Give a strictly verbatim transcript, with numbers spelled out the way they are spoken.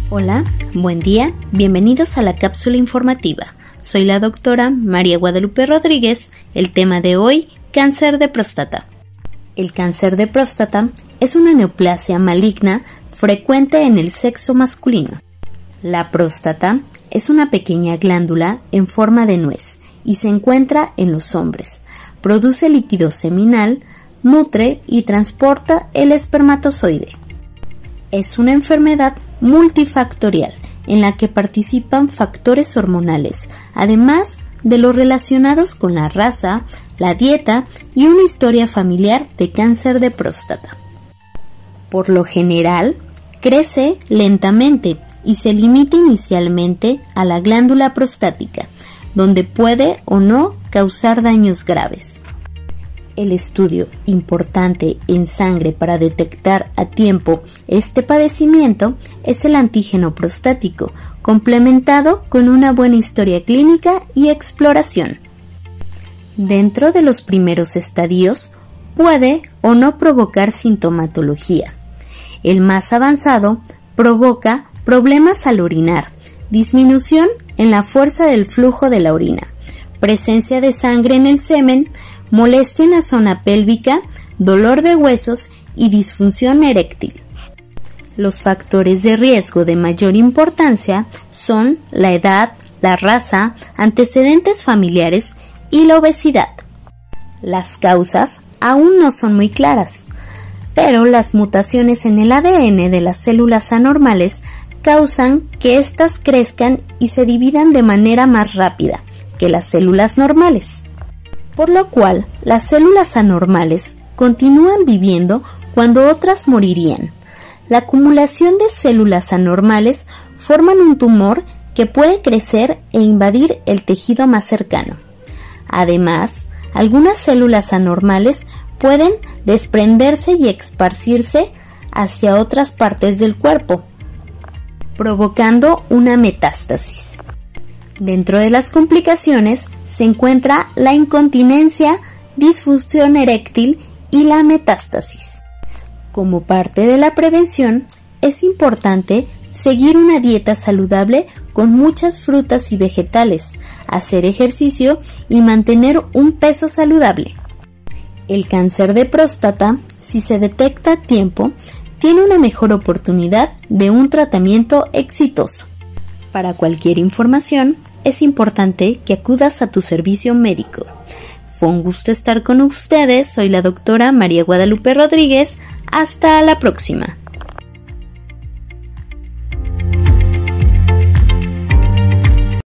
Hola, buen día, bienvenidos a la cápsula informativa. Soy la doctora María Guadalupe Rodríguez. El tema de hoy, cáncer de próstata. El cáncer de próstata es una neoplasia maligna frecuente en el sexo masculino. La próstata es una pequeña glándula en forma de nuez y se encuentra en los hombres. Produce líquido seminal, nutre y transporta el espermatozoide. Es una enfermedad multifactorial en la que participan factores hormonales, además de los relacionados con la raza, la dieta y una historia familiar de cáncer de próstata. Por lo general, crece lentamente y se limita inicialmente a la glándula prostática, donde puede o no causar daños graves. El estudio importante en sangre para detectar a tiempo este padecimiento es el antígeno prostático, complementado con una buena historia clínica y exploración. Dentro de los primeros estadios, puede o no provocar sintomatología. El más avanzado provoca problemas al orinar, disminución en la fuerza del flujo de la orina, presencia de sangre en el semen, molestia en la zona pélvica, dolor de huesos y disfunción eréctil. Los factores de riesgo de mayor importancia son la edad, la raza, antecedentes familiares y la obesidad. Las causas aún no son muy claras, pero las mutaciones en el A D N de las células anormales causan que éstas crezcan y se dividan de manera más rápida que las células normales, por lo cual las células anormales continúan viviendo cuando otras morirían. La acumulación de células anormales forman un tumor que puede crecer e invadir el tejido más cercano. Además, algunas células anormales pueden desprenderse y esparcirse hacia otras partes del cuerpo, provocando una metástasis. Dentro de las complicaciones se encuentra la incontinencia, disfunción eréctil y la metástasis. Como parte de la prevención, es importante seguir una dieta saludable con muchas frutas y vegetales, hacer ejercicio y mantener un peso saludable. El cáncer de próstata, si se detecta a tiempo, tiene una mejor oportunidad de un tratamiento exitoso. Para cualquier información, es importante que acudas a tu servicio médico. Fue un gusto estar con ustedes, soy la doctora María Guadalupe Rodríguez. Hasta la próxima.